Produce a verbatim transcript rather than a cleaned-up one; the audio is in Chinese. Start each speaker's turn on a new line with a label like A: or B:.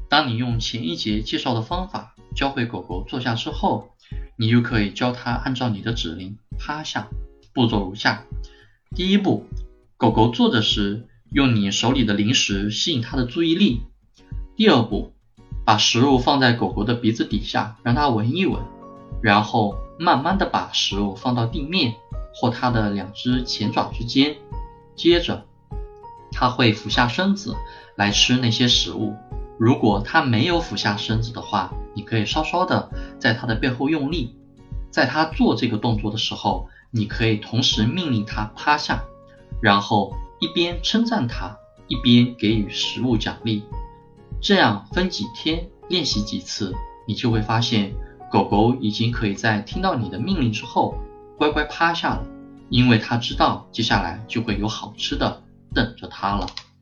A: 当你用前一节介绍的方法教会狗狗坐下之后，你就可以教它按照你的指令趴下。步骤如下：第一步，狗狗坐着时，用你手里的零食吸引它的注意力。第二步，把食物放在狗狗的鼻子底下，让它闻一闻，然后慢慢的把食物放到地面或它的两只前爪之间，接着它会俯下身子来吃那些食物。如果它没有俯下身子的话，你可以稍稍的在它的背后用力。在它做这个动作的时候，你可以同时命令它趴下，然后一边称赞它，一边给予食物奖励。这样分几天练习几次，你就会发现狗狗已经可以在听到你的命令之后乖乖趴下了，因为它知道接下来就会有好吃的等着它了。